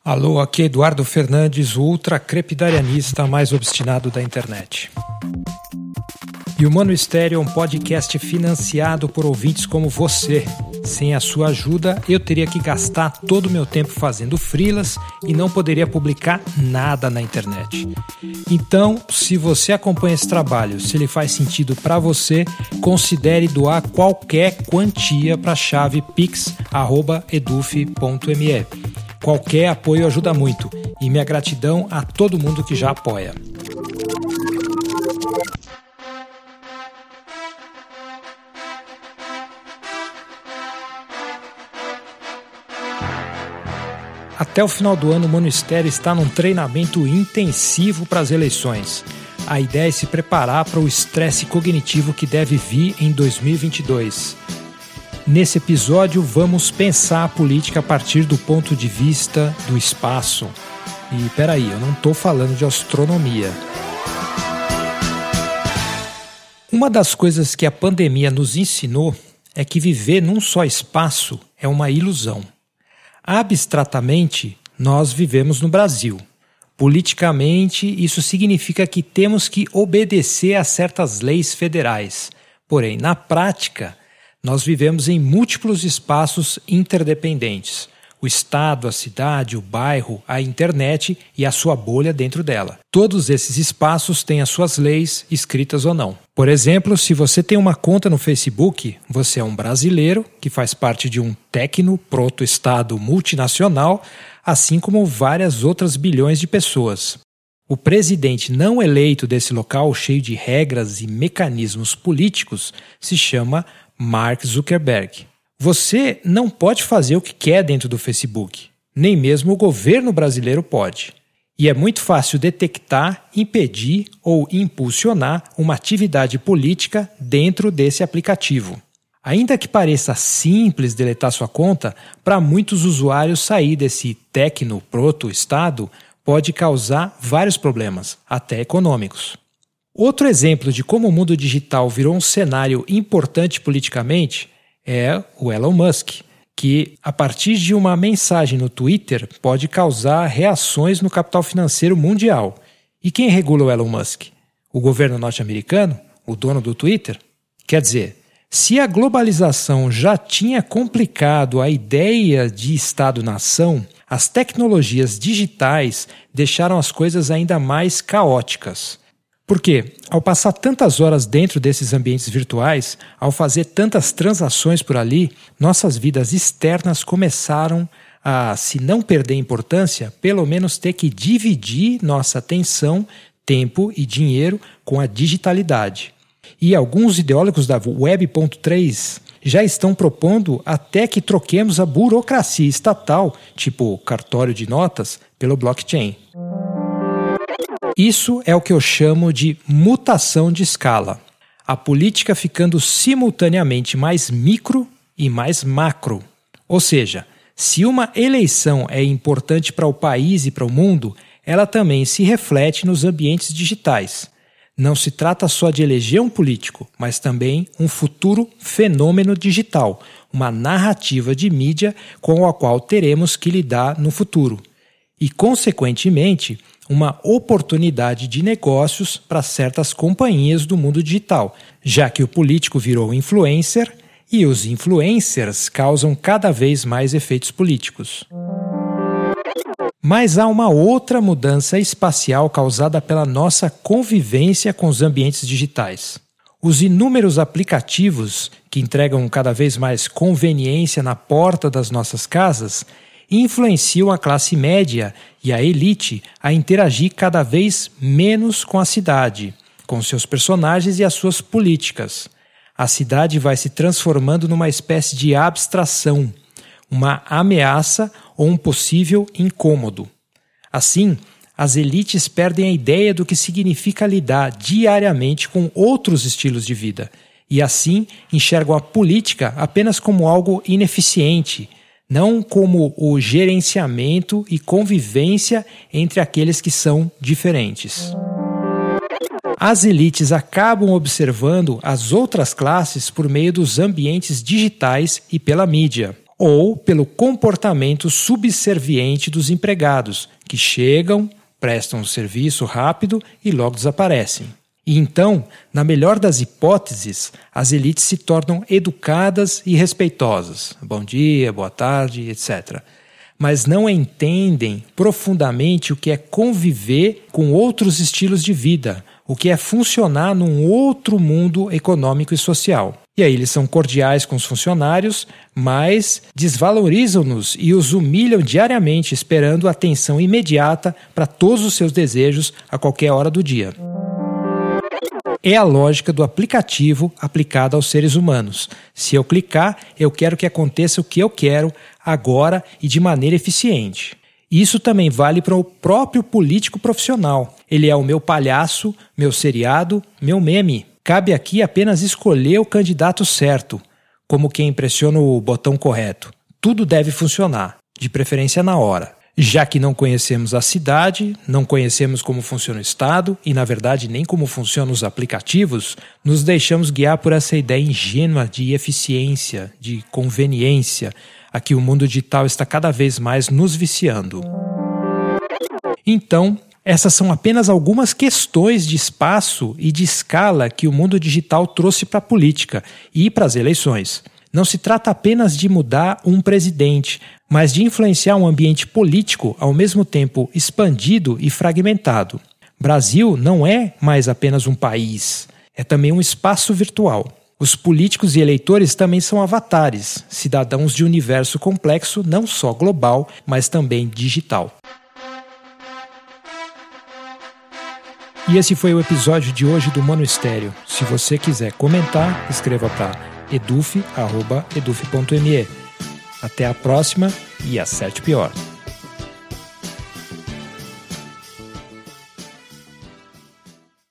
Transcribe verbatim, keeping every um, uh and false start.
Alô, aqui é Eduardo Fernandes, o ultracrepidarianista mais obstinado da internet. E o Mano Estéreo é um podcast financiado por ouvintes como você. Sem a sua ajuda, eu teria que gastar todo o meu tempo fazendo freelas e não poderia publicar nada na internet. Então, se você acompanha esse trabalho, se ele faz sentido para você, considere doar qualquer quantia para a chave pix arroba eduf ponto me. Qualquer apoio ajuda muito, e minha gratidão a todo mundo que já apoia. Até o final do ano, o Mano Estéreo está num treinamento intensivo para as eleições. A ideia é se preparar para o estresse cognitivo que deve vir em dois mil e vinte e dois. Nesse episódio, vamos pensar a política a partir do ponto de vista do espaço. E peraí, eu não estou falando de astronomia. Uma das coisas que a pandemia nos ensinou é que viver num só espaço é uma ilusão. Abstratamente, nós vivemos no Brasil. Politicamente, isso significa que temos que obedecer a certas leis federais. Porém, na prática, nós vivemos em múltiplos espaços interdependentes. O estado, a cidade, o bairro, a internet e a sua bolha dentro dela. Todos esses espaços têm as suas leis, escritas ou não. Por exemplo, se você tem uma conta no Facebook, você é um brasileiro que faz parte de um tecno-proto-estado multinacional, assim como várias outras bilhões de pessoas. O presidente não eleito desse local, cheio de regras e mecanismos políticos, se chama Mark Zuckerberg. Você não pode fazer o que quer dentro do Facebook, nem mesmo o governo brasileiro pode. E é muito fácil detectar, impedir ou impulsionar uma atividade política dentro desse aplicativo. Ainda que pareça simples deletar sua conta, para muitos usuários sair desse tecno-proto-estado pode causar vários problemas, até econômicos. Outro exemplo de como o mundo digital virou um cenário importante politicamente é o Elon Musk, que, a partir de uma mensagem no Twitter, pode causar reações no capital financeiro mundial. E quem regula o Elon Musk? O governo norte-americano? O dono do Twitter? Quer dizer, se a globalização já tinha complicado a ideia de Estado-nação, as tecnologias digitais deixaram as coisas ainda mais caóticas. Porque, ao passar tantas horas dentro desses ambientes virtuais, ao fazer tantas transações por ali, nossas vidas externas começaram a, se não perder importância, pelo menos ter que dividir nossa atenção, tempo e dinheiro com a digitalidade. E alguns ideólogos da Web ponto três já estão propondo até que troquemos a burocracia estatal, tipo cartório de notas, pelo blockchain. Isso é o que eu chamo de mutação de escala. A política ficando simultaneamente mais micro e mais macro. Ou seja, se uma eleição é importante para o país e para o mundo, ela também se reflete nos ambientes digitais. Não se trata só de eleger um político, mas também um futuro fenômeno digital, uma narrativa de mídia com a qual teremos que lidar no futuro. E, consequentemente, uma oportunidade de negócios para certas companhias do mundo digital, já que o político virou influencer e os influencers causam cada vez mais efeitos políticos. Mas há uma outra mudança espacial causada pela nossa convivência com os ambientes digitais. Os inúmeros aplicativos que entregam cada vez mais conveniência na porta das nossas casas influenciam a classe média e a elite a interagir cada vez menos com a cidade, com seus personagens e as suas políticas. A cidade vai se transformando numa espécie de abstração, uma ameaça ou um possível incômodo. Assim, as elites perdem a ideia do que significa lidar diariamente com outros estilos de vida e, assim, enxergam a política apenas como algo ineficiente, não como o gerenciamento e convivência entre aqueles que são diferentes. As elites acabam observando as outras classes por meio dos ambientes digitais e pela mídia. ou pelo comportamento subserviente dos empregados, que chegam, prestam um serviço rápido e logo desaparecem. E então, na melhor das hipóteses, as elites se tornam educadas e respeitosas. Bom dia, boa tarde, etcétera. Mas não entendem profundamente o que é conviver com outros estilos de vida, o que é funcionar num outro mundo econômico e social. E aí eles são cordiais com os funcionários, mas desvalorizam-nos e os humilham diariamente, esperando atenção imediata para todos os seus desejos a qualquer hora do dia. É a lógica do aplicativo aplicada aos seres humanos. Se eu clicar, eu quero que aconteça o que eu quero, agora e de maneira eficiente. Isso também vale para o próprio político profissional. Ele é o meu palhaço, meu seriado, meu meme. Cabe aqui apenas escolher o candidato certo, como quem pressiona o botão correto. Tudo deve funcionar, de preferência na hora. Já que não conhecemos a cidade, não conhecemos como funciona o Estado e, na verdade, nem como funcionam os aplicativos, nos deixamos guiar por essa ideia ingênua de eficiência, de conveniência, a que o mundo digital está cada vez mais nos viciando. Então, essas são apenas algumas questões de espaço e de escala que o mundo digital trouxe para a política e para as eleições. Não se trata apenas de mudar um presidente, mas de influenciar um ambiente político ao mesmo tempo expandido e fragmentado. Brasil não é mais apenas um país, é também um espaço virtual. Os políticos e eleitores também são avatares, cidadãos de um universo complexo não só global, mas também digital. E esse foi o episódio de hoje do Mono Estéreo. Se você quiser comentar, escreva para eduf arroba eduf ponto me. Até a próxima e acerte pior.